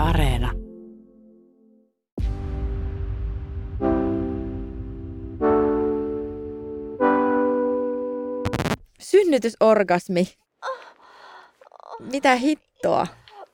Areena. Synnytysorgasmi. Mitä hittoa?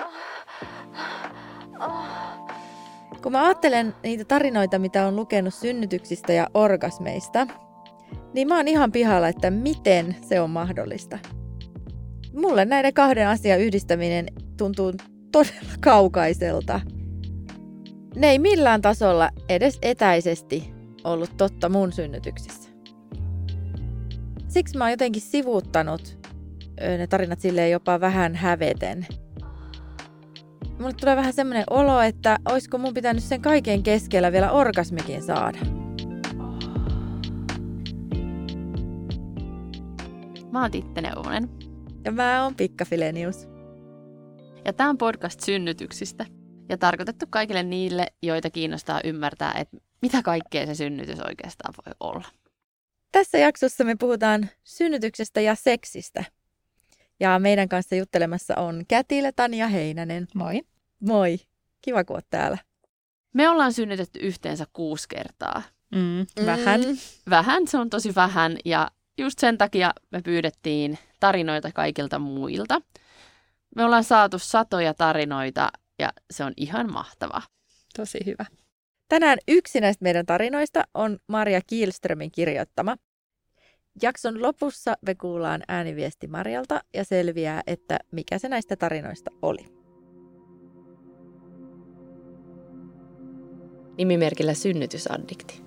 Kun mä ajattelen niitä tarinoita, mitä on lukenut synnytyksistä ja orgasmeista, niin mä oon ihan pihalla, että miten se on mahdollista. Mulle näiden kahden asian yhdistäminen tuntuu todella kaukaiselta. Ne ei millään tasolla edes etäisesti ollut totta mun synnytyksissä. Siksi mä oon jotenkin sivuuttanut ne tarinat silleen jopa vähän häveten. Mulle tulee vähän semmoinen olo, että olisiko mun pitänyt sen kaiken keskellä vielä orgasmikin saada. Mä oon Titte Neuvonen. Ja mä oon Pikka Filenius. Ja tää on podcast synnytyksistä. Ja tarkoitettu kaikille niille, joita kiinnostaa ymmärtää, että mitä kaikkea se synnytys oikeastaan voi olla. Tässä jaksossa me puhutaan synnytyksestä ja seksistä. Ja meidän kanssa juttelemassa on Kätilö Tanja Heinänen. Moi. Moi. Kiva, kun oot täällä. Me ollaan synnytetty yhteensä 6 kertaa. Vähän. Vähän, se on tosi vähän. Ja just sen takia me pyydettiin tarinoita kaikilta muilta. Me ollaan saatu satoja tarinoita ja se on ihan mahtava. Tosi hyvä. Tänään yksi näistä meidän tarinoista on Marja Kihlströmin kirjoittama. Jakson lopussa me kuullaan ääniviesti Marjalta ja selviää, että mikä se näistä tarinoista oli. Nimimerkillä synnytysaddikti.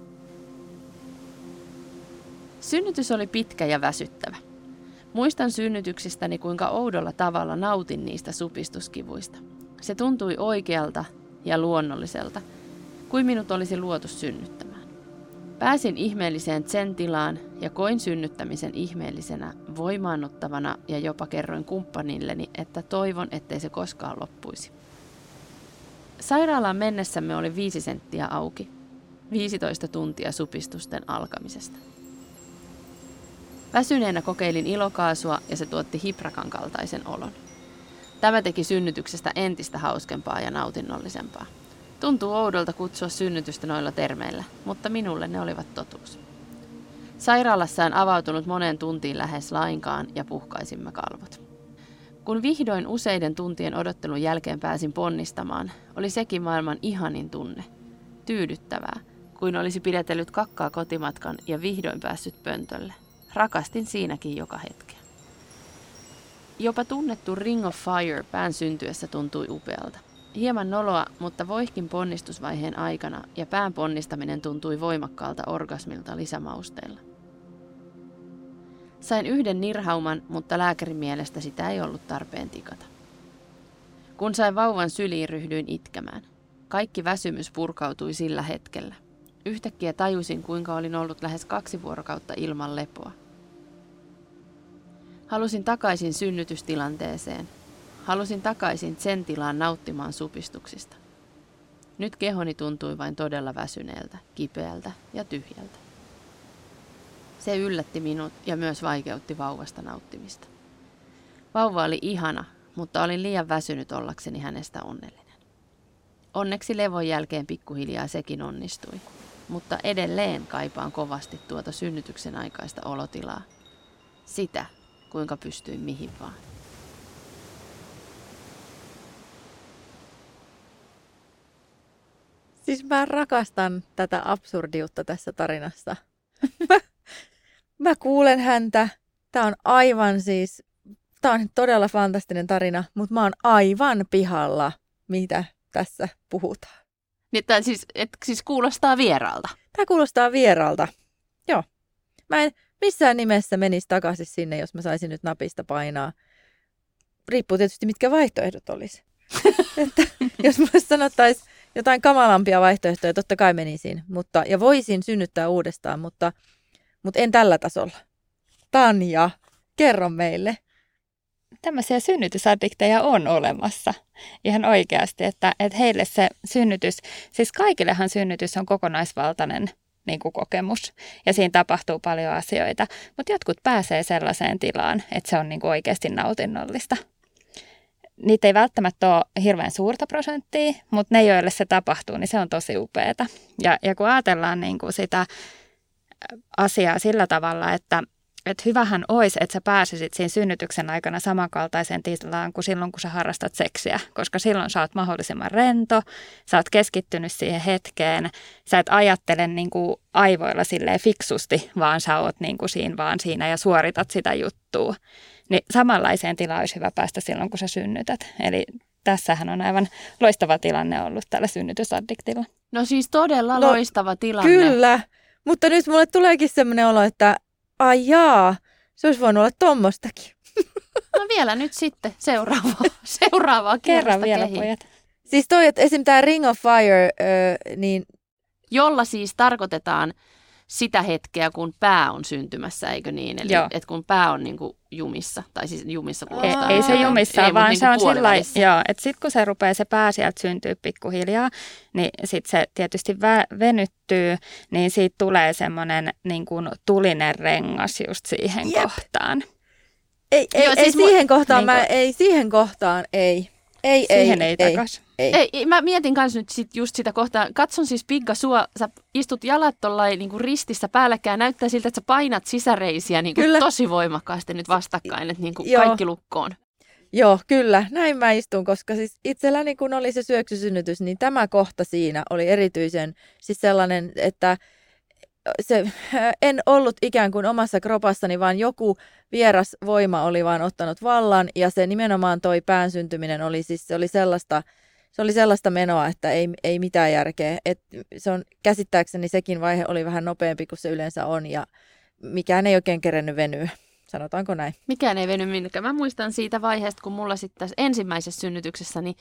Synnytys oli pitkä ja väsyttävä. Muistan synnytyksistäni, kuinka oudolla tavalla nautin niistä supistuskivuista. Se tuntui oikealta ja luonnolliselta, kuin minut olisi luotu synnyttämään. Pääsin ihmeelliseen zen-tilaan ja koin synnyttämisen ihmeellisenä, voimaannuttavana ja jopa kerroin kumppanilleni, että toivon, ettei se koskaan loppuisi. Sairaalaan mennessämme oli 5 senttiä auki, 15 tuntia supistusten alkamisesta. Väsyneenä kokeilin ilokaasua ja se tuotti hiprakan kaltaisen olon. Tämä teki synnytyksestä entistä hauskempaa ja nautinnollisempaa. Tuntuu oudolta kutsua synnytystä noilla termeillä, mutta minulle ne olivat totuus. Sairaalassa en avautunut moneen tuntiin lähes lainkaan ja puhkaisimme kalvot. Kun vihdoin useiden tuntien odottelun jälkeen pääsin ponnistamaan, oli sekin maailman ihanin tunne. Tyydyttävää, kuin olisi pidetellyt kakkaa kotimatkan ja vihdoin päässyt pöntölle. Rakastin siinäkin joka hetkeä. Jopa tunnettu Ring of Fire pään syntyessä tuntui upealta. Hieman noloa, mutta voihkin ponnistusvaiheen aikana ja pään ponnistaminen tuntui voimakkaalta orgasmilta lisämausteilla. Sain 1 nirhauman, mutta lääkärin mielestä sitä ei ollut tarpeen tikata. Kun sain vauvan syliin, ryhdyin itkemään. Kaikki väsymys purkautui sillä hetkellä. Yhtäkkiä tajusin, kuinka olin ollut lähes 2 vuorokautta ilman lepoa. Halusin takaisin synnytystilanteeseen. Halusin takaisin sen tilaan nauttimaan supistuksista. Nyt kehoni tuntui vain todella väsyneeltä, kipeältä ja tyhjältä. Se yllätti minut ja myös vaikeutti vauvasta nauttimista. Vauva oli ihana, mutta olin liian väsynyt ollakseni hänestä onnellinen. Onneksi levon jälkeen pikkuhiljaa sekin onnistui, mutta edelleen kaipaan kovasti tuota synnytyksen aikaista olotilaa. Sitä, kuinka pystyin mihin vaan. Siis mä rakastan tätä absurdiutta tässä tarinassa. Mä kuulen häntä. Tää on todella fantastinen tarina, mutta mä oon aivan pihalla, mitä tässä puhutaan. Niin, tämä siis kuulostaa vieraalta. Tää kuulostaa vieraalta. Joo. Mä en missään nimessä menisi takaisin sinne, jos mä saisin nyt napista painaa. Riippuu tietysti, mitkä vaihtoehdot olisi. Että jos mulle sanottaisiin jotain kamalampia vaihtoehtoja, totta kai menisin. Ja voisin synnyttää uudestaan, mutta en tällä tasolla. Tanja, kerro meille. Tämmöisiä synnytysaddikteja on olemassa ihan oikeasti, että heille se synnytys, siis kaikillehan synnytys on kokonaisvaltainen niin kuin kokemus ja siinä tapahtuu paljon asioita, mutta jotkut pääsee sellaiseen tilaan, että se on niin kuin oikeasti nautinnollista. niitä ei välttämättä ole hirveän suurta prosenttia, mutta ne, joille se tapahtuu, niin se on tosi upeata. Ja kun ajatellaan niin kuin sitä asiaa sillä tavalla, että hyvähän olisi, että sä pääsisit siinä synnytyksen aikana samankaltaiseen tilaan kuin silloin, kun sä harrastat seksiä, koska silloin sä oot mahdollisimman rento, sä oot keskittynyt siihen hetkeen, sä et ajattele niin kuin aivoilla silleen fiksusti, vaan sä oot niin kuin siinä ja suoritat sitä juttua. Niin samanlaiseen tilaan olisi hyvä päästä silloin, kun sä synnytät. Eli tässähän on aivan loistava tilanne ollut tällä synnytysaddiktilla. No siis todella loistava tilanne. Kyllä, mutta nyt mulle tuleekin semmoinen olo, että ai jaa, se olisi voinut olla tommostakin. No vielä nyt sitten seuraavaa kerran vielä, kehiin. pojat. Siis toi, että esim. Tämä Ring of Fire, niin Jolla siis tarkoitetaan sitä hetkeä, kun pää on syntymässä, eikö niin? Eli että kun pää on niinku jumissa, tai siis jumissa kuulostaa. Ei se jumissa, ei, vaan niinku se on puolivälissä. sillä että sitten kun se rupeaa se pää sieltä syntyy pikkuhiljaa, niin sitten se tietysti venyttyy, niin siitä tulee semmoinen niin kuin tulinen rengas just siihen kohtaan. Ei siis siihen kohtaan, niin siihen ei takas. Ei, mä mietin kanssa nyt just sitä kohtaa. Katson siis Pigga sua, sä istut jalat tollain niinku ristissä päällekkäin. Näyttää siltä, että sä painat sisäreisiä niinku tosi voimakkaasti nyt vastakkain, että niinku kaikki lukkoon. Joo, kyllä. Näin mä istun, koska siis itselläni kun oli se syöksysynnytys, niin tämä kohta siinä oli erityisen siis sellainen, että en ollut ikään kuin omassa kropassani, vaan joku vieras voima oli vaan ottanut vallan ja se nimenomaan toi pään syntyminen oli siis, se oli sellaista menoa, että ei mitään järkeä. Se on käsittääkseni sekin vaihe oli vähän nopeampi kuin se yleensä on ja mikään ei oikein kerennyt venyä. Sanotaanko näin? Mikään ei veny minnekään. Mä muistan siitä vaiheesta, kun mulla sitten tässä ensimmäisessä synnytyksessä, niin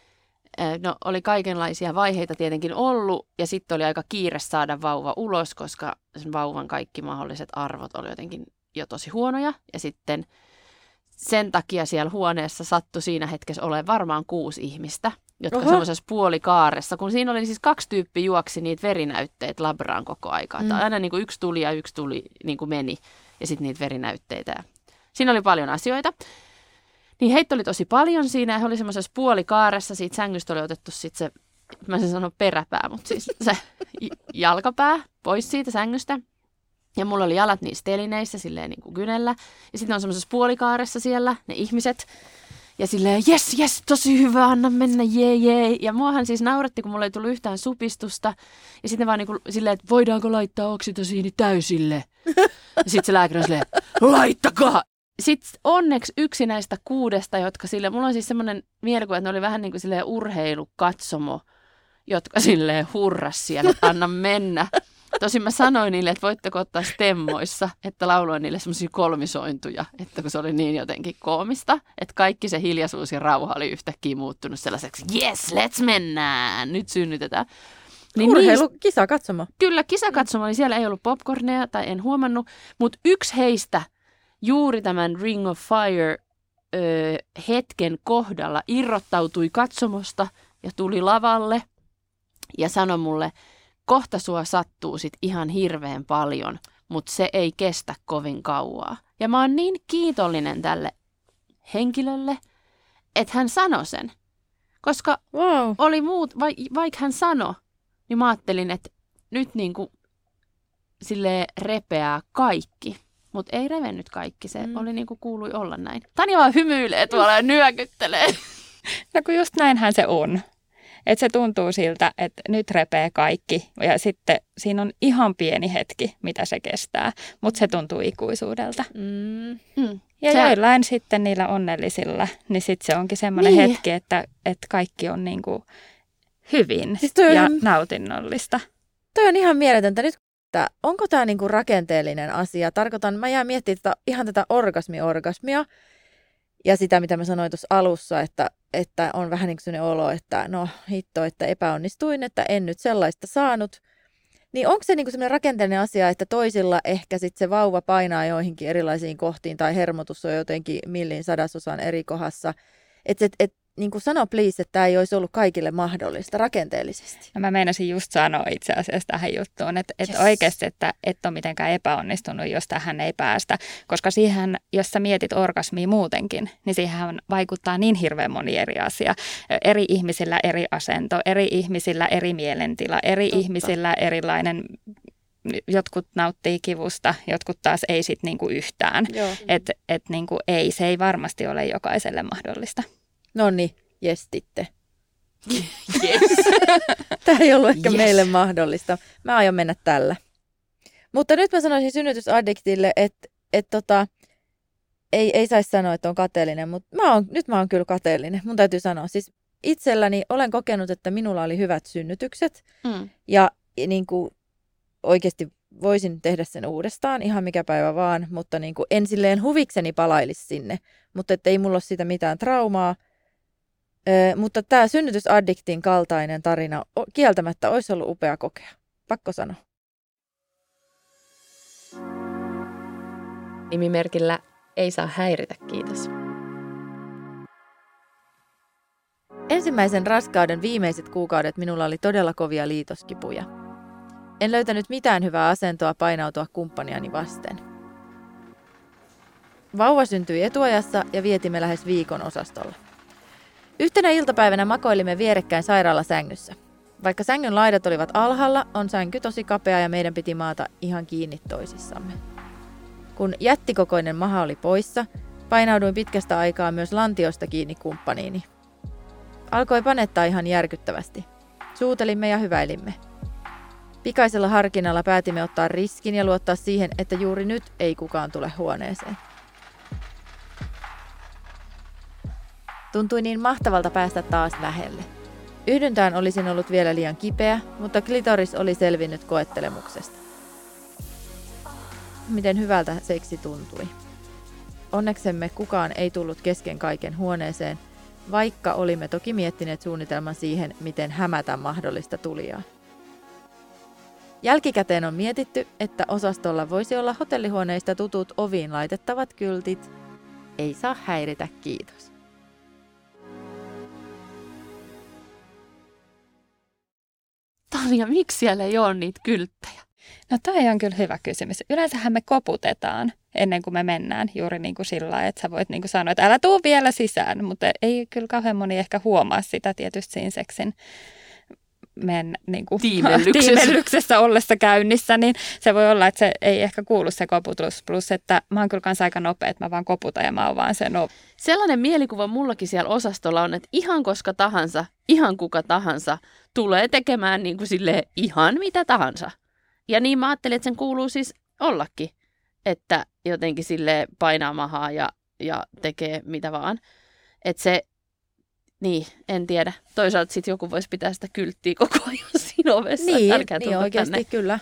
oli kaikenlaisia vaiheita tietenkin ollut ja sitten oli aika kiire saada vauva ulos, koska sen vauvan kaikki mahdolliset arvot oli jotenkin jo tosi huonoja. Ja sitten sen takia siellä huoneessa sattui siinä hetkessä olemaan varmaan 6 ihmistä, jotka semmoisessa puolikaaressa, kun siinä oli siis 2 tyyppiä juoksi niitä verinäytteitä labraan koko aikaa. Aina niin kuin yksi tuli ja yksi tuli niin kuin meni ja sitten niitä verinäytteitä. Siinä oli paljon asioita. Niin heitä oli tosi paljon siinä ja he oli semmoisessa puolikaaressa. Siitä sängystä oli otettu sitten se, mä sen sanon peräpää, mutta siis se jalkapää pois siitä sängystä. Ja mulla oli jalat niissä telineissä silleen niin kuin kynellä. Ja sitten on semmoisessa puolikaaressa siellä ne ihmiset. Ja silleen, jes, tosi hyvä, anna mennä, jee. Ja muahan siis nauratti, kun mulla ei tullut yhtään supistusta. Ja sitten vaan niin kuin silleen, että voidaanko laittaa oksitosiini täysille. Ja sitten se lääkäri on silleen, laittakaa! Sitten onneksi yksi näistä 6, jotka silleen, mulla on siis semmoinen mielikuva, että ne oli vähän niin kuin silleen urheilukatsomo, jotka silleen hurras siellä, että anna mennä. Tosin mä sanoin niille, että voitteko ottaa stemmoissa, että lauloin niille semmoisia kolmisointuja, että kun se oli niin jotenkin koomista, että kaikki se hiljaisuus ja rauha oli yhtäkkiä muuttunut sellaiseksi, yes, let's mennään, nyt synnytetään. Niin kisakatsomo. Kyllä, kisakatsomo, niin siellä ei ollut popcorneja tai en huomannut, mutta yksi heistä juuri tämän Ring of Fire hetken kohdalla irrottautui katsomosta ja tuli lavalle ja sanoi mulle, kohta sua sattuu sit ihan hirveän paljon, mutta se ei kestä kovin kauaa. Ja mä oon niin kiitollinen tälle henkilölle, että hän sanoi sen. Koska oli muut, vaikka hän sanoi, niin mä ajattelin, että nyt niinku silleen repeää kaikki. Mutta ei revennyt kaikki, se oli niin kuin kuului olla näin. Tanja vaan hymyilee tuolla ja nyökyttelee. No kun just näinhän se on. Että se tuntuu siltä, että nyt repee kaikki ja sitten siinä on ihan pieni hetki, mitä se kestää, mutta se tuntuu ikuisuudelta. Ja joillain sitten niillä onnellisilla, niin sitten se onkin semmoinen hetki, että kaikki on niin kuin hyvin siis ja nautinnollista. Toi on ihan mieletöntä. Nyt onko tämä niinku rakenteellinen asia? Tarkoitan, mä jään miettimään ihan tätä orgasmia ja sitä, mitä mä sanoin tuossa alussa, että on vähän niin kuin sellainen olo, että no hitto, että epäonnistuin, että en nyt sellaista saanut. Niin onko se niinku sellainen rakenteellinen asia, että toisilla ehkä sit se vauva painaa joihinkin erilaisiin kohtiin tai hermotus on jotenkin 1/1000 eri kohdassa. niin kuin sano please, että tämä ei olisi ollut kaikille mahdollista rakenteellisesti. No mä meinasin just sanoa itse asiassa tähän juttuun, että Yes. oikeasti, että et ole mitenkään epäonnistunut, jos tähän ei päästä. Koska siihen, jos sä mietit orgasmia muutenkin, niin siihen vaikuttaa niin hirveän moni eri asia. Eri ihmisillä eri asento, eri ihmisillä eri mielentila, eri ihmisillä erilainen. Jotkut nauttii kivusta, jotkut taas ei sit niinku yhtään. Et niinku ei, se ei varmasti ole jokaiselle mahdollista. No niin, jestitte. Yes. Tämä ei ollut ehkä meille mahdollista. Mä aion mennä tällä. Mutta nyt mä sanoisin synnytysaddiktille, että ei saisi sanoa, että on kateellinen, mutta nyt mä oon kyllä kateellinen. Mun täytyy sanoa. Siis itselläni olen kokenut, että minulla oli hyvät synnytykset. Ja niin kuin oikeasti voisin tehdä sen uudestaan, ihan mikä päivä vaan, mutta niin kuin en silleen huvikseni palailisi sinne. Mutta ei mulla ole siitä mitään traumaa. Mutta tämä synnytysaddiktin kaltainen tarina kieltämättä olisi ollut upea kokea. Pakko sanoa. Nimimerkillä ei saa häiritä, kiitos. Ensimmäisen raskauden viimeiset kuukaudet minulla oli todella kovia liitoskipuja. En löytänyt mitään hyvää asentoa painautua kumppaniani vasten. Vauva syntyi etuajassa ja vietimme lähes viikon osastolla. Yhtenä iltapäivänä makoilimme vierekkäin sairaalasängyssä. Vaikka sängyn laidat olivat alhaalla, on sänky tosi kapea ja meidän piti maata ihan kiinni toisissamme. Kun jättikokoinen maha oli poissa, painauduin pitkästä aikaa myös lantiosta kiinni kumppaniini. Alkoi panettaa ihan järkyttävästi. Suutelimme ja hyväilimme. Pikaisella harkinnalla päätimme ottaa riskin ja luottaa siihen, että juuri nyt ei kukaan tule huoneeseen. Tuntui niin mahtavalta päästä taas lähelle. Yhdyntään olisin ollut vielä liian kipeä, mutta klitoris oli selvinnyt koettelemuksesta. Miten hyvältä seksi tuntui. Onneksemme kukaan ei tullut kesken kaiken huoneeseen, vaikka olimme toki miettineet suunnitelman siihen, miten hämätä mahdollista tulijaa. Jälkikäteen on mietitty, että osastolla voisi olla hotellihuoneista tutut oviin laitettavat kyltit. Ei saa häiritä, kiitos. Tanja, miksi siellä ei ole niitä kylttejä? No toi on kyllä hyvä kysymys. Yleensähän me koputetaan ennen kuin me mennään juuri niin kuin sillä lailla, että sä voit niin kuin sanoa, että älä tuu vielä sisään, mutta ei kyllä kauhean moni ehkä huomaa sitä tietysti siinä seksin meidän niin kuin tiimellyksessä ollessa käynnissä, niin se voi olla, että se ei ehkä kuulu se koputus, plus että mä oon kyllä kanssa aika nopea, että mä vaan koputan ja mä oon vaan sen Sellainen mielikuva mullakin siellä osastolla on, että ihan koska tahansa, ihan kuka tahansa tulee tekemään niin kuin silleen ihan mitä tahansa. Ja niin mä ajattelin, että sen kuuluu siis ollakin, että jotenkin silleen painaa mahaa ja tekee mitä vaan. Että se, niin, en tiedä. Toisaalta sitten joku voisi pitää sitä kylttiä koko ajan siinä ovessa. Niin oikeasti tänne. Kyllä.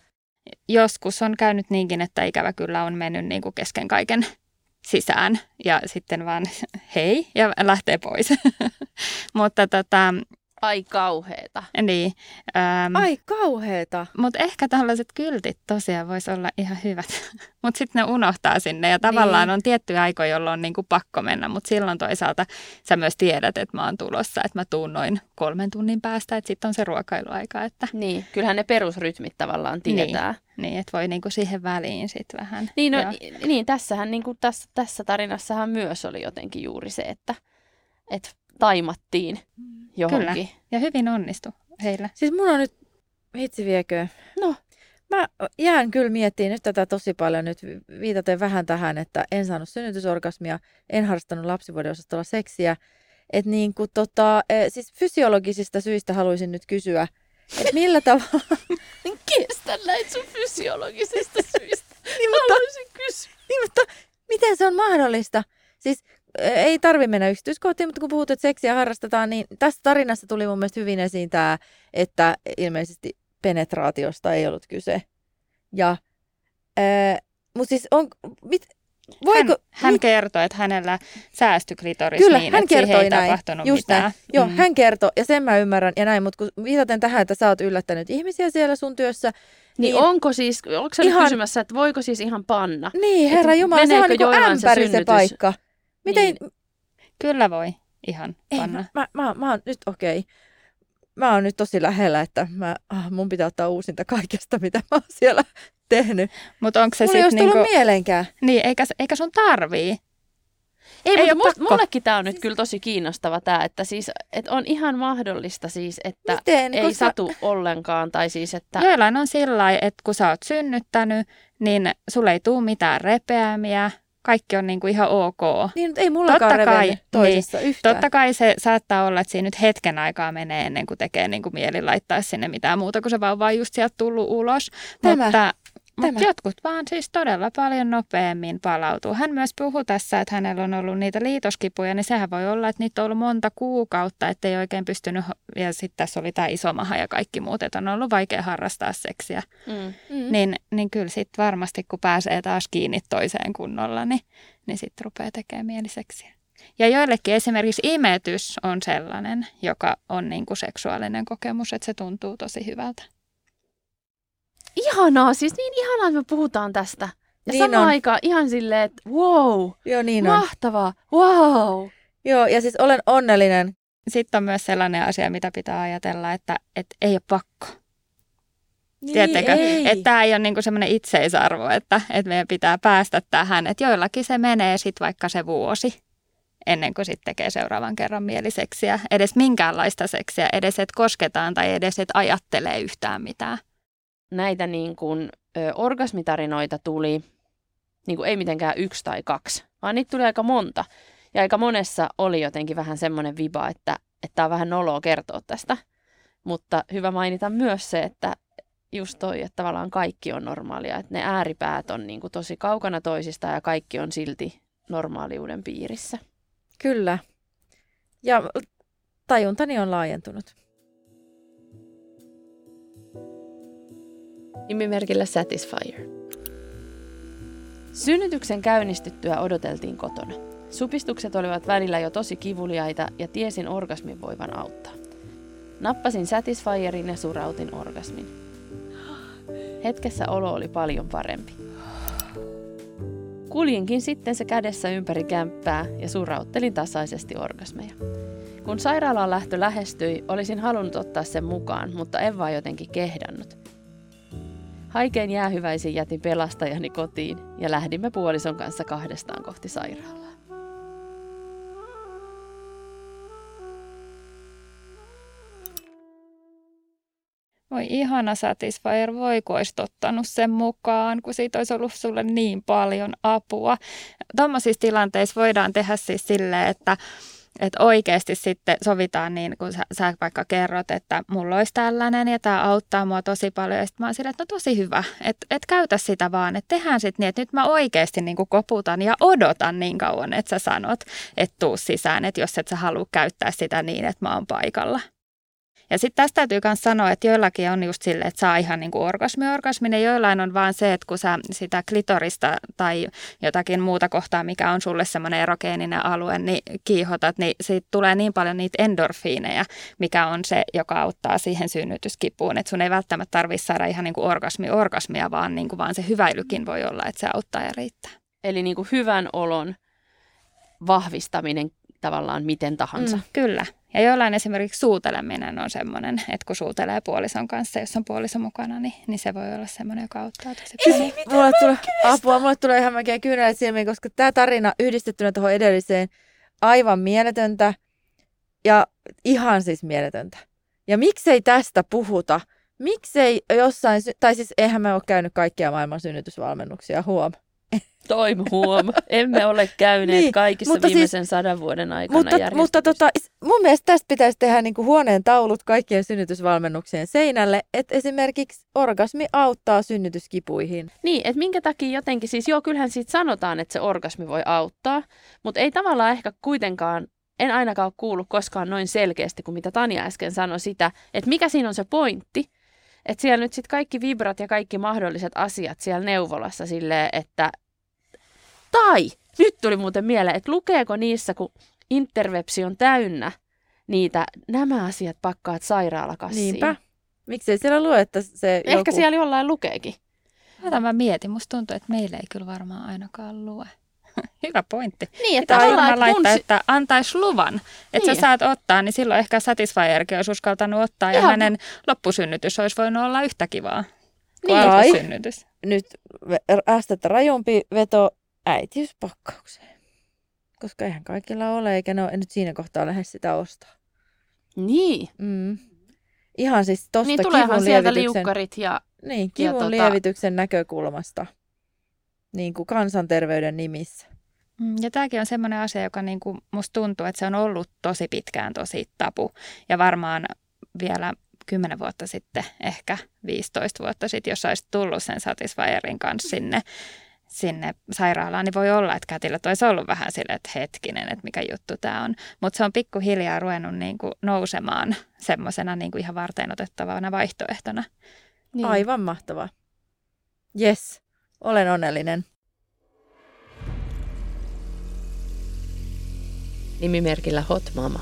Joskus on käynyt niinkin, että ikävä kyllä on mennyt niin kuin kesken kaiken sisään ja sitten vaan hei ja lähtee pois. Mutta ai kauheeta. Niin. Ai kauheeta. Mutta ehkä tällaiset kyltit tosiaan voisi olla ihan hyvät. Mutta sitten ne unohtaa sinne ja tavallaan on tiettyjä aikoja, jolloin on niinku pakko mennä. Mutta silloin toisaalta sä myös tiedät, että mä oon tulossa, että mä tuun noin 3 tunnin päästä, että sitten on se ruokailuaika. Että niin, kyllähän ne perusrytmit tavallaan tietää. Niin, että voi niinku siihen väliin sitten vähän. Niin, niin tässähän niinku tässä tarinassahan myös oli jotenkin juuri se, että taimattiin johonkin. Kyllä, ja hyvin onnistui heillä. Siis mun on nyt, vitsi viekö? No. Mä jään kyllä miettimään nyt tätä tosi paljon nyt viitaten vähän tähän, että en saanut synnytysorgasmia, en harrastanut lapsivuodeosastolla seksiä. Että niin kuin siis fysiologisista syistä haluaisin nyt kysyä, että millä tavalla... En kestä näitä sun fysiologisista syistä. Haluaisin kysyä. Niin, mutta miten se on mahdollista? Siis ei tarvitse mennä yksityiskohtiin, mutta kun puhut, että seksiä harrastetaan, niin tässä tarinassa tuli mun mielestä hyvin esiin tämä, että ilmeisesti penetraatiosta ei ollut kyse. Ja, mutta siis voiko... Hän kertoi, että hänellä säästyi klitoris kyllä, niin, hän että siihen ei näin. tapahtunut just mitään. Näin. Joo, hän kertoi ja sen mä ymmärrän ja näin, mutta kun viitaten tähän, että sä oot yllättänyt ihmisiä siellä sun työssä, niin onko sä ihan... kysymässä, että voiko siis ihan panna? Niin, Herra Jumala, se on niin kuin ämpäri se paikka. Miten... Niin. Kyllä voi. ihan Ei, panna. mä oon nyt okei. Mä oon nyt tosi lähellä, että mun pitää ottaa uusinta kaikesta, mitä mä oon siellä tehnyt. Mutta onko se Mulla ei sitten olisi tullut mielenkään. Niin, eikä sun tarvii. Ei ole mutta pakko. mullekin tämä on nyt kyllä tosi kiinnostava tämä, että siis, että on ihan mahdollista siis, että Miten? ei Koska- satu ollenkaan. Tai siis, että Joillain on sillä lailla, että kun sä oot synnyttänyt, niin sulle ei tule mitään repeämiä. Kaikki on niinku ihan ok. Niin, mutta ei mullakaan Totta kai, revennyt toisessa yhtään. Totta kai se saattaa olla, että siinä nyt hetken aikaa menee ennen kuin tekee niin kuin mieli laittaa sinne mitään muuta, kun se vaan just sieltä tullut ulos. Mutta jotkut vaan siis todella paljon nopeammin palautuu. Hän myös puhui tässä, että hänellä on ollut niitä liitoskipuja, niin sehän voi olla, että niitä on ollut monta kuukautta, ettei oikein pystynyt, ja sitten tässä oli tämä iso maha ja kaikki muut, että on ollut vaikea harrastaa seksiä. Niin kyllä sitten varmasti, kun pääsee taas kiinni toiseen kunnolla, niin sitten rupeaa tekemään mieliseksiä. Ja joillekin esimerkiksi imetys on sellainen, joka on niin kuin seksuaalinen kokemus, että se tuntuu tosi hyvältä. ihanaa, siis niin ihanaa, että me puhutaan tästä. Ja Niin samaan on. aikaan ihan silleen, että wow, Joo, niin on. mahtavaa, wow. Joo, ja siis olen onnellinen. Sitten on myös sellainen asia, mitä pitää ajatella, että ei ole pakko. Niin, Tiedättekö, ei. että tämä ei ole niinku semmoinen itseisarvo, että meidän pitää päästä tähän. Että joillakin se menee sitten vaikka se vuosi ennen kuin sitten tekee seuraavan kerran mieliseksiä. Edes minkäänlaista seksiä, edes et kosketaan tai edes et ajattelee yhtään mitään. Näitä niin kuin, orgasmitarinoita tuli, niin kuin ei mitenkään 1 tai 2, vaan niitä tuli aika monta. Ja aika monessa oli jotenkin vähän semmoinen viba, että on vähän noloa kertoa tästä. Mutta hyvä mainita myös se, että just toi, että tavallaan kaikki on normaalia. Että ne ääripäät on niin kuin tosi kaukana toisistaan ja kaikki on silti normaaliuden piirissä. Kyllä. Ja tajuntani on laajentunut. Nimimerkillä Satisfyer. Synnytyksen käynnistyttyä odoteltiin kotona. Supistukset olivat välillä jo tosi kivuliaita ja tiesin orgasmin voivan auttaa. Nappasin Satisfyerin ja surautin orgasmin. Hetkessä olo oli paljon parempi. Kuljinkin sitten se kädessä ympäri kämppää ja surauttelin tasaisesti orgasmeja. Kun sairaalaan lähtö lähestyi, olisin halunnut ottaa sen mukaan, mutta en vaan jotenkin kehdannut. Haikein jäähyväisin jätin pelastajani kotiin ja lähdimme puolison kanssa kahdestaan kohti sairaalaa. Voi ihana Satisfyer, voi kun olisit ottanut sen mukaan, kun siitä olisi ollut sulle niin paljon apua. Tuommoisissa tilanteissa voidaan tehdä siis silleen, että oikeasti sitten sovitaan niin, kun sä vaikka kerrot, että mulla olisi tällainen ja tämä auttaa mua tosi paljon. Ja sitten mä oon silleen, että no tosi hyvä, että käytä sitä vaan, että tehdään sitten niin, että nyt mä oikeasti niin kuin koputan ja odotan niin kauan, että sä sanot, että tuu sisään, että jos et sä halua käyttää sitä niin, että mä oon paikalla. Ja sitten tästä täytyy myös sanoa, että joillakin on just silleen, että saa ihan niin kuin orgasminen, ja joillain on vaan se, että kun sä sitä klitorista tai jotakin muuta kohtaa, mikä on sulle semmoinen erogeeninen alue, niin kiihotat, niin siitä tulee niin paljon niitä endorfiineja, mikä on se, joka auttaa siihen synnytyskipuun. Että sun ei välttämättä tarvitse saada ihan niin kuin orgasmia, vaan, niin kuin vaan se hyväilykin voi olla, että se auttaa ja riittää. Eli niin kuin hyvän olon vahvistaminen tavallaan miten tahansa. Kyllä. Ja jollain esimerkiksi suuteleminen on semmoinen, että kun suutelee puolison kanssa, jos on puoliso mukana, niin se voi olla semmoinen, joka auttaa tosi paljon. Mulle tulee ihan melkein kyyneleet silmiin, koska tämä tarina yhdistettynä tuohon edelliseen aivan mieletöntä ja ihan siis mieletöntä. Ja miksei tästä puhuta? Miksei jossain, tai siis eihän me ole käynyt kaikkia maailman synnytysvalmennuksia, huom. Huom. Emme ole käyneet Niin, kaikissa mutta viimeisen 100 vuoden aikana Mutta mun mielestä tästä pitäisi tehdä niin kuin huoneen taulut kaikkien synnytysvalmennuksien seinälle, että esimerkiksi orgasmi auttaa synnytyskipuihin. Niin, että minkä takia jotenkin, siis joo, kyllähän siitä sanotaan, että se orgasmi voi auttaa, mutta ei tavallaan ehkä kuitenkaan, en ainakaan ole kuullut koskaan noin selkeästi kuin mitä Tanja äsken sanoi sitä, että mikä siinä on se pointti, että siellä nyt sitten kaikki vibrat ja kaikki mahdolliset asiat siellä neuvolassa silleen, että tai nyt tuli muuten mieleen, että lukeeko niissä, kun interwebsi on täynnä niitä, nämä asiat pakkaat sairaalakassiin. Niinpä. Miksei siellä lue, että se Ehkä joku... siellä jollain lukeekin. Mä mietin, musta tuntuu, että meillä ei kyllä varmaan ainakaan lue. Hyvä pointti. Niin, Pitää varmaan laittaa, mun että antaisi luvan, että niin. sä saat ottaa, niin silloin ehkä Satisfyerkin olisi uskaltanut ottaa ja hänen loppusynnytys olisi voinut olla yhtä kivaa kuin Niin. alkusynnytys. Nyt astetta rajumpi veto äitiyspakkaukseen. Koska eihän kaikilla ole, eikä ne ole nyt siinä kohtaa lähde sitä ostaa. Niin. Ihan siis tosta Niin tuleehan sieltä lievityksen, liukkarit ja kivun lievityksen näkökulmasta. Niin kuin kansanterveyden nimissä. Ja tämäkin on semmoinen asia, joka niin kuin musta tuntuu, että se on ollut tosi pitkään tosi tabu. Ja varmaan vielä 10 vuotta sitten, ehkä 15 vuotta sitten, jos olisi tullut sen Satisfyerin kanssa sinne sairaalaan, niin voi olla, että kätilöt olisi ollut vähän silleen, että hetkinen, että mikä juttu tämä on. Mutta se on pikkuhiljaa ruvennut niin kuin nousemaan semmoisena niin kuin ihan varteenotettavana vaihtoehtona. niin. Aivan mahtavaa. Yes, olen onnellinen. Nimimerkillä Hot Mama.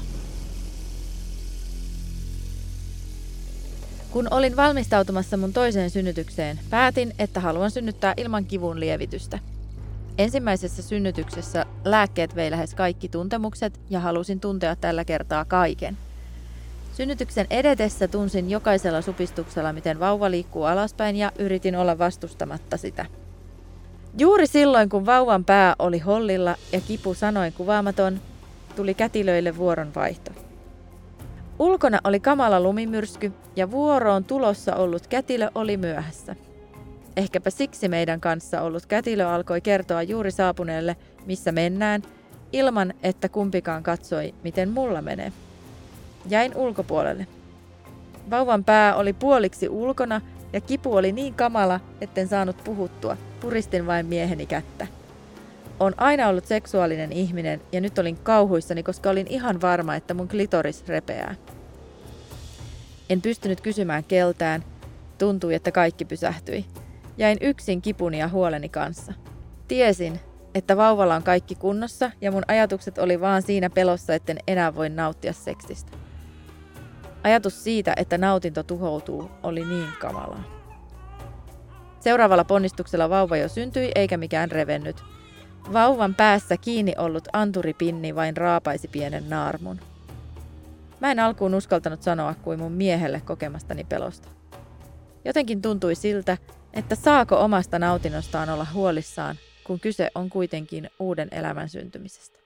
Kun olin valmistautumassa mun toiseen synnytykseen, päätin, että haluan synnyttää ilman kivun lievitystä. Ensimmäisessä synnytyksessä lääkkeet vei lähes kaikki tuntemukset ja halusin tuntea tällä kertaa kaiken. Synnytyksen edetessä tunsin jokaisella supistuksella, miten vauva liikkuu alaspäin ja yritin olla vastustamatta sitä. Juuri silloin, kun vauvan pää oli hollilla ja kipu sanoin kuvaamaton, tuli kätilöille vuoronvaihto. Ulkona oli kamala lumimyrsky ja vuoroon tulossa ollut kätilö oli myöhässä. Ehkäpä siksi meidän kanssa ollut kätilö alkoi kertoa juuri saapuneelle, missä mennään, ilman että kumpikaan katsoi, miten mulla menee. Jäin ulkopuolelle. Vauvan pää oli puoliksi ulkona ja kipu oli niin kamala, etten saanut puhuttua. Puristin vain mieheni kättä. Olen aina ollut seksuaalinen ihminen ja nyt olin kauhuissani, koska olin ihan varma, että mun klitoris repeää. En pystynyt kysymään keltään. Tuntui, että kaikki pysähtyi. Jäin yksin kipuni ja huoleni kanssa. Tiesin, että vauvalla on kaikki kunnossa ja mun ajatukset oli vaan siinä pelossa, etten enää voi nauttia seksistä. Ajatus siitä, että nautinto tuhoutuu, oli niin kamalaa. Seuraavalla ponnistuksella vauva jo syntyi eikä mikään revennyt. Vauvan päässä kiinni ollut anturipinni vain raapaisi pienen naarmun. Mä en alkuun uskaltanut sanoa kuin mun miehelle kokemastani pelosta. Jotenkin tuntui siltä, että saako omasta nautinnostaan olla huolissaan, kun kyse on kuitenkin uuden elämän syntymisestä.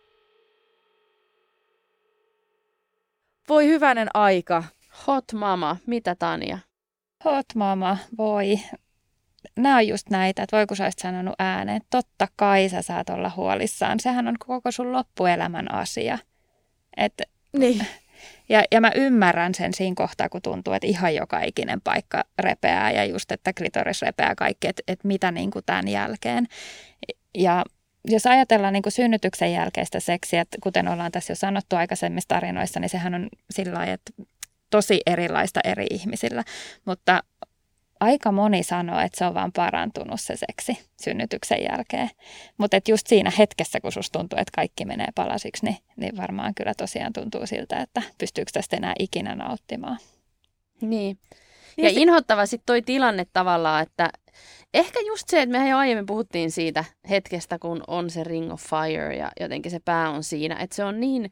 Voi hyvänen aika. Hot Mama, mitä Tanja? Hot mama, voi. Nämä on just näitä, että voi kun sä olisit sanonut ääneen, että totta kai sä saat olla huolissaan. Sehän on koko sun loppuelämän asia. Niin. Ja mä ymmärrän sen siinä kohtaa, kun tuntuu, että ihan joka ikinen paikka repeää ja just, että klitoris repeää kaikki, että mitä niin kuin tämän jälkeen. Ja jos ajatellaan niin kuin synnytyksen jälkeistä seksiä, että kuten ollaan tässä jo sanottu aikaisemmissa tarinoissa, niin sehän on sillä lailla, että tosi erilaista eri ihmisillä, mutta aika moni sanoo, että se on vaan parantunut se seksi synnytyksen jälkeen. Mutta just siinä hetkessä, kun susta tuntuu, että kaikki menee palasiksi, niin varmaan kyllä tosiaan tuntuu siltä, että pystyykö tästä enää ikinä nauttimaan. Niin. Ja inhottava sitten toi tilanne tavallaan, että ehkä just se, että mehän jo aiemmin puhuttiin siitä hetkestä, kun on se ring of fire ja jotenkin se pää on siinä, että se on niin,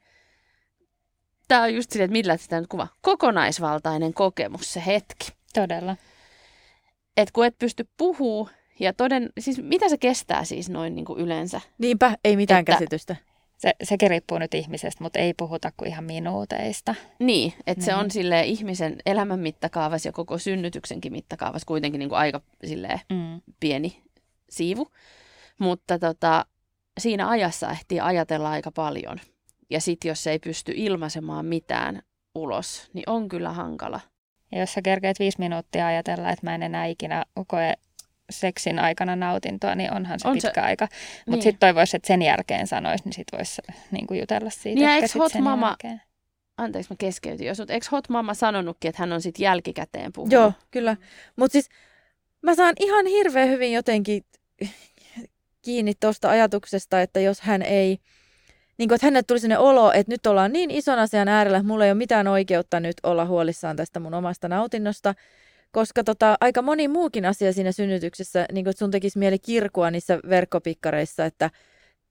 tää on just silleen, että millä sitä nyt kuvaa, kokonaisvaltainen kokemus se hetki. Todella. Että kun et pysty puhuu ja siis mitä se kestää siis noin niin kuin yleensä? Niinpä, ei mitään käsitystä. Sekin riippuu nyt ihmisestä, mutta ei puhuta kuin ihan minuuteista. Niin, että se on silleen ihmisen elämän mittakaavassa ja koko synnytyksenkin mittakaavassa kuitenkin niin kuin aika silleen pieni siivu. Mutta siinä ajassa ehtii ajatella aika paljon. Ja sitten jos ei pysty ilmaisemaan mitään ulos, niin on kyllä hankala. Ja jos sä kerkeet 5 minuuttia ajatella, että mä en enää ikinä koe seksin aikana nautintoa, niin onhan se pitkä aika. Mutta niin. sitten toivoisi, että sen jälkeen sanoisi, niin sitten voisi niinku jutella siitä. Niin eikö Hot sen Mama, jälkeen. anteeksi mä keskeytin jos, eikö Hot Mama sanonutkin, että hän on sitten jälkikäteen puhunut? Joo, kyllä. Mutta siis mä saan ihan hirveän hyvin jotenkin kiinni tuosta ajatuksesta, että jos hän ei, niin kuin, että hänelle tuli sellainen olo, että nyt ollaan niin ison asian äärellä, että mulla ei ole mitään oikeutta nyt olla huolissaan tästä mun omasta nautinnosta, koska aika moni muukin asia siinä synnytyksessä, niin kuin, että sun tekisi mieli kirkua niissä verkkopikkareissa, että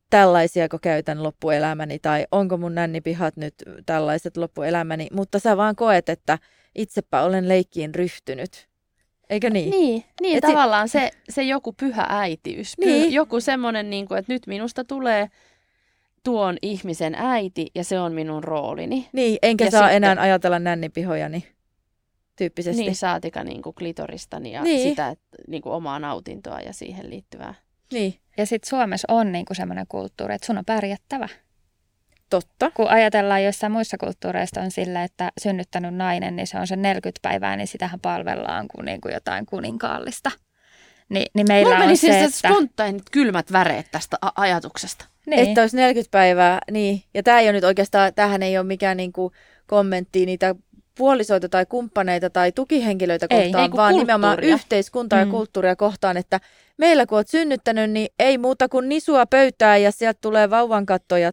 tällaisiako käytän loppuelämäni tai onko mun nännipihat nyt tällaiset loppuelämäni, mutta sä vaan koet, että itsepä olen leikkiin ryhtynyt. Eikö niin? Niin tavallaan se joku pyhä äitiys. Niin. Joku semmoinen, niin kuin, että nyt minusta tulee tuon ihmisen äiti ja se on minun roolini. Niin, enkä ja saa sitten, enää ajatella nännipihojani tyyppisesti. Niin, saatika niin kuin klitoristani ja sitä niin kuin omaa nautintoa ja siihen liittyvää. Niin. Ja sitten Suomessa on niinku semmoinen kulttuuri, että sun on pärjättävä. Totta. Kun ajatellaan joissain muissa kulttuureista on sillä, että synnyttänyt nainen, niin se on se 40 päivää, niin sitähän palvellaan kuin niinku jotain kuninkaallista. Niin meillä on se, että spontaanit kylmät väreet tästä ajatuksesta. Niin. Että olisi 40 päivää, niin. Ja tämä ei ole nyt oikeastaan, tämähän ei ole mikään niinku kommentti niitä puolisoita tai kumppaneita tai tukihenkilöitä kohtaan, vaan nimenomaan yhteiskuntaa ja kulttuuria kohtaan, että meillä kun olet synnyttänyt, niin ei muuta kuin nisua pöytää ja sieltä tulee vauvan kattoja.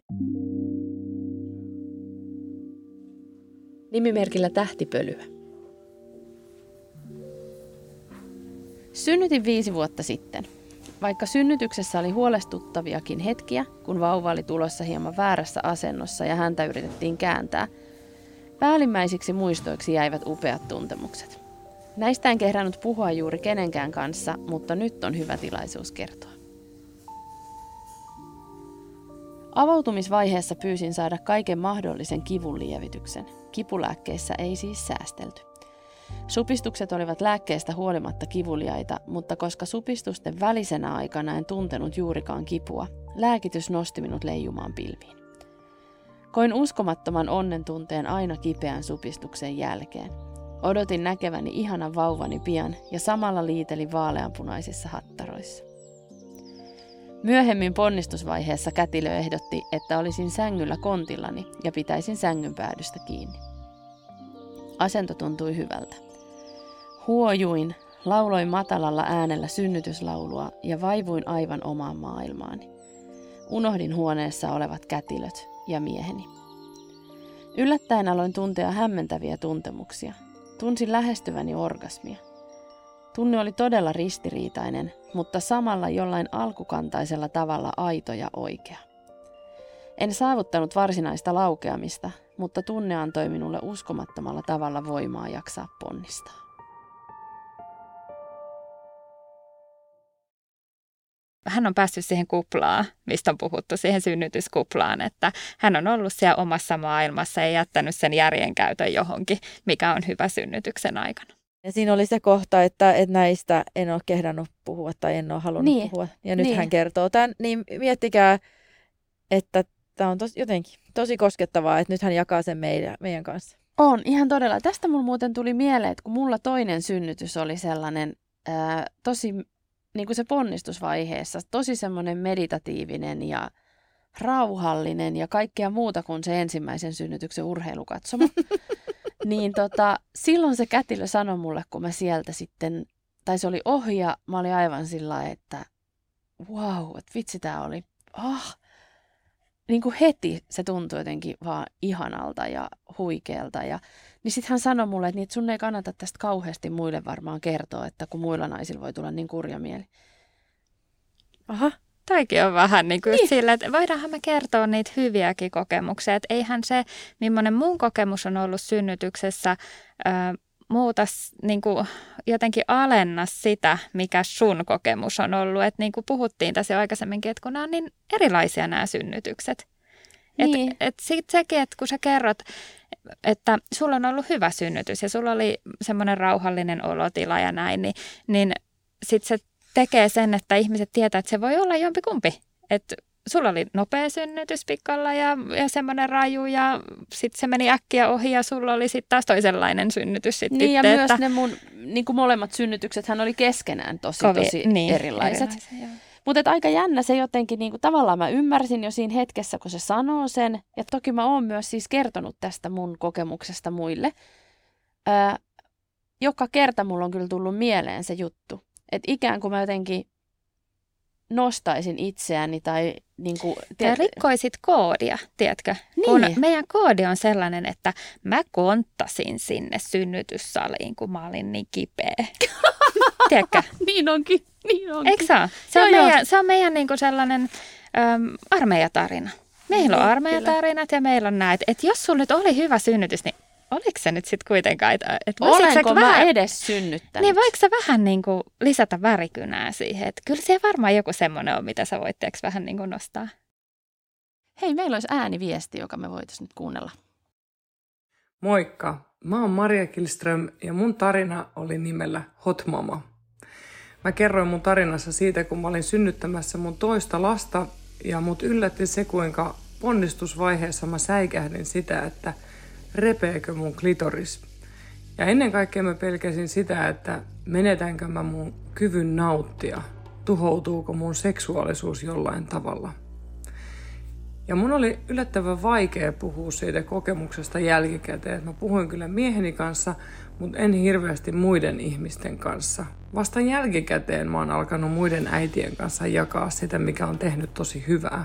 Nimimerkillä tähtipölyä. Synnytin 5 vuotta sitten. Vaikka synnytyksessä oli huolestuttaviakin hetkiä, kun vauva oli tulossa hieman väärässä asennossa ja häntä yritettiin kääntää, päällimmäisiksi muistoiksi jäivät upeat tuntemukset. Näistä en kehdannut puhua juuri kenenkään kanssa, mutta nyt on hyvä tilaisuus kertoa. Avautumisvaiheessa pyysin saada kaiken mahdollisen kivun lievityksen. Kipulääkkeissä ei siis säästelty. Supistukset olivat lääkkeestä huolimatta kivuliaita, mutta koska supistusten välisenä aikana en tuntenut juurikaan kipua, lääkitys nosti minut leijumaan pilviin. Koin uskomattoman onnen tunteen aina kipeän supistuksen jälkeen. Odotin näkeväni ihanan vauvani pian ja samalla liitelin vaaleanpunaisissa hattaroissa. Myöhemmin ponnistusvaiheessa kätilö ehdotti, että olisin sängyllä kontillani ja pitäisin sängyn päädystä kiinni. Asento tuntui hyvältä. Huojuin, lauloin matalalla äänellä synnytyslaulua ja vaivuin aivan omaan maailmaani. Unohdin huoneessa olevat kätilöt ja mieheni. Yllättäen aloin tuntea hämmentäviä tuntemuksia. Tunsin lähestyväni orgasmia. Tunne oli todella ristiriitainen, mutta samalla jollain alkukantaisella tavalla aito ja oikea. En saavuttanut varsinaista laukeamista, mutta tunne antoi minulle uskomattomalla tavalla voimaa jaksaa ponnistaa. Hän on päässyt siihen kuplaan, mistä on puhuttu, siihen synnytyskuplaan, että hän on ollut siellä omassa maailmassa ja jättänyt sen järjenkäytön johonkin, mikä on hyvä synnytyksen aikana. Ja siinä oli se kohta, että näistä en ole kehdannut puhua tai en ole halunnut puhua. Ja nyt hän kertoo tämän, niin miettikää, että tämä on jotenkin tosi koskettavaa, että nyt hän jakaa sen meidän kanssa. On, ihan todella. Tästä mulla muuten tuli mieleen, että kun mulla toinen synnytys oli sellainen tosi, niin kuin se ponnistusvaiheessa, tosi semmoinen meditatiivinen ja rauhallinen ja kaikkea muuta kuin se ensimmäisen synnytyksen urheilukatsoma. Niin silloin se kätilö sanoi mulle, kun mä sieltä sitten, tai se oli ohi ja mä olin aivan sillä lailla, että wow, että vitsi tää oli, niin kuin heti se tuntui jotenkin vaan ihanalta ja huikealta. Niin sitten hän sanoi mulle, että sun ei kannata tästä kauheasti muille varmaan kertoa, että kun muilla naisilla voi tulla niin kurja mieli. Aha. Toikin on vähän niin kuin sillä, että voidaanhan me kertoa niitä hyviäkin kokemuksia. Että eihän se, millainen mun kokemus on ollut synnytyksessä, muuta niin kuin jotenkin alenna sitä, mikä sun kokemus on ollut. Että niin kuin puhuttiin tässä jo aikaisemminkin, että kun nämä on niin erilaisia nämä synnytykset. Niin. Että sitten sekin, että kun sä kerrot, että sulla on ollut hyvä synnytys ja sulla oli semmoinen rauhallinen olotila ja näin, niin sitten se tekee sen, että ihmiset tietää, että se voi olla jompikumpi. Että sulla oli nopea synnytys pikalla ja semmoinen raju ja sitten se meni äkkiä ohi ja sulla oli sitten taas toisenlainen synnytys. Niin ja myös ne mun niin kuin molemmat synnytykset hän oli keskenään tosi erilaiset. Mutta aika jännä se jotenkin, niin kuin, tavallaan mä ymmärsin jo siinä hetkessä, kun se sanoo sen. Ja toki mä oon myös siis kertonut tästä mun kokemuksesta muille. Joka kerta mulla on kyllä tullut mieleen se juttu. Että ikään kuin mä jotenkin nostaisin itseäni tai niin kuin... Tai rikkoisit koodia, tiedätkö? Niin. Kun meidän koodi on sellainen, että mä konttasin sinne synnytyssaliin, kun mä olin niin kipeä. Tiedätkö? Niin onkin. Eikö se ole? Se on meidän niin kuin sellainen armeijatarina. Meillä on Niin, armeijatarinat ja meillä on näitä. Että jos sulla nyt oli hyvä synnytys, niin oliko se nyt sitten kuitenkaan? Olenko mä edes synnyttänyt? Niin voiko sä vähän niin kuin lisätä värikynää siihen? Että kyllä siellä varmaan joku semmoinen on, mitä sä voit vähän niin kuin nostaa. Hei, meillä olisi ääniviesti, joka me voitaisiin nyt kuunnella. Moikka, mä oon Maria Killström ja mun tarina oli nimellä Hot Mama. Mä kerroin mun tarinassa siitä, kun mä olin synnyttämässä mun toista lasta ja mut yllätti se, kuinka ponnistusvaiheessa mä säikähdin sitä, että repeekö mun klitoris. Ja ennen kaikkea mä pelkäsin sitä, että menetänkö mä mun kyvyn nauttia, tuhoutuuko mun seksuaalisuus jollain tavalla. Ja mun oli yllättävän vaikea puhua siitä kokemuksesta jälkikäteen. Mä puhuin kyllä mieheni kanssa, mutta en hirveästi muiden ihmisten kanssa. Vasta jälkikäteen mä oon alkanut muiden äitien kanssa jakaa sitä, mikä on tehnyt tosi hyvää.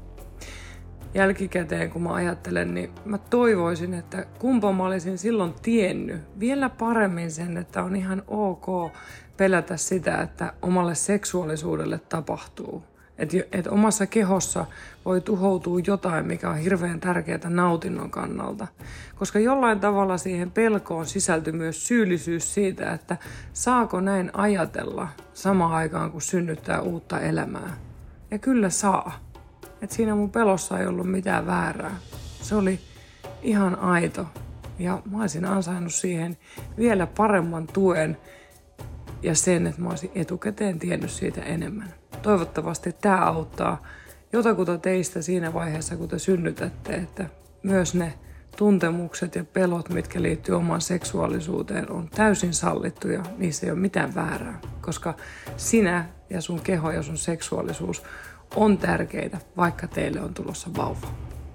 Jälkikäteen, kun mä ajattelen, niin mä toivoisin, että kumpa mä olisin silloin tiennyt vielä paremmin sen, että on ihan ok pelätä sitä, että omalle seksuaalisuudelle tapahtuu. Että omassa kehossa voi tuhoutua jotain, mikä on hirveän tärkeää nautinnon kannalta. Koska jollain tavalla siihen pelkoon sisältyy myös syyllisyys siitä, että saako näin ajatella samaan aikaan, kun synnyttää uutta elämää. Ja kyllä saa. Että siinä mun pelossa ei ollut mitään väärää. Se oli ihan aito. Ja mä olisin ansainnut siihen vielä paremman tuen ja sen, että mä olisin etukäteen tiennyt siitä enemmän. Toivottavasti tämä auttaa jotakuta teistä siinä vaiheessa, kun te synnytätte, että myös ne tuntemukset ja pelot, mitkä liittyy omaan seksuaalisuuteen, on täysin sallittuja. Niissä ei ole mitään väärää, koska sinä ja sun keho ja sun seksuaalisuus on tärkeitä, vaikka teille on tulossa vauva.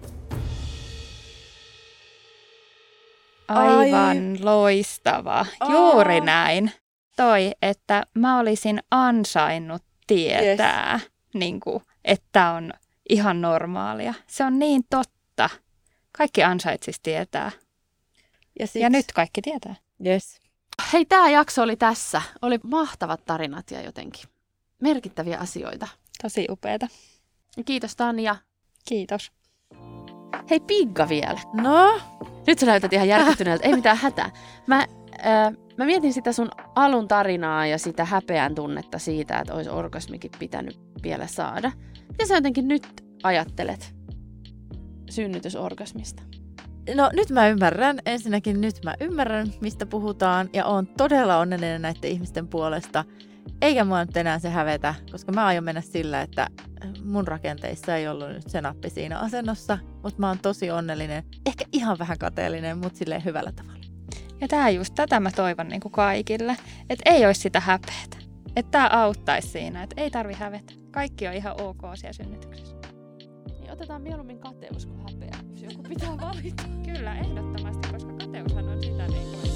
Aivan loistava. Juuri näin. Että mä olisin ansainnut tietää, niin kuin, että on ihan normaalia. Se on niin totta. Kaikki ansaitsis tietää. Ja nyt kaikki tietää. Yes. Hei, tämä jakso oli tässä. Oli mahtavat tarinat ja jotenkin merkittäviä asioita. Tosi upeata. Kiitos Tanja. Kiitos. Hei, Pigga vielä. No? Nyt sä näytät ihan järkyttyneeltä. Ei mitään hätää. Mä mietin sitä sun alun tarinaa ja sitä häpeän tunnetta siitä, että olisi orgasmikin pitänyt vielä saada. Mitä sä jotenkin nyt ajattelet synnytysorgasmista? No nyt mä ymmärrän. Ensinnäkin nyt mä ymmärrän, mistä puhutaan ja oon todella onnellinen näiden ihmisten puolesta. Eikä mua nyt enää se hävetä, koska mä aion mennä sillä, että mun rakenteissa ei ollut nyt se nappi siinä asennossa. Mutta mä oon tosi onnellinen. Ehkä ihan vähän kateellinen, mutta silleen hyvällä tavalla. Ja tätä mä toivon niin kuin kaikille, että ei olisi sitä häpeätä. Että tämä auttaisi siinä, että ei tarvi hävetä. Kaikki on ihan ok siellä synnytyksessä. Niin otetaan mieluummin kateus kuin häpeä, jos joku pitää valita. Kyllä, ehdottomasti, koska kateushan on sitä niin kuin...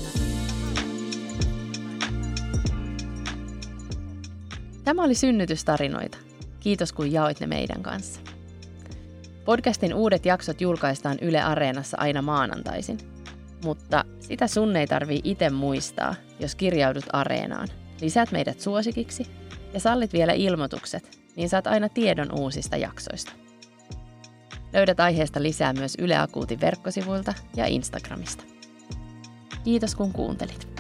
Tämä oli Synnytystarinoita. Kiitos kun jaoit ne meidän kanssa. Podcastin uudet jaksot julkaistaan Yle Areenassa aina maanantaisin. Mutta sitä sun ei tarvii itse muistaa, jos kirjaudut Areenaan. Lisäät meidät suosikiksi ja sallit vielä ilmoitukset, niin saat aina tiedon uusista jaksoista. Löydät aiheesta lisää myös Yle Akuutin verkkosivuilta ja Instagramista. Kiitos kun kuuntelit.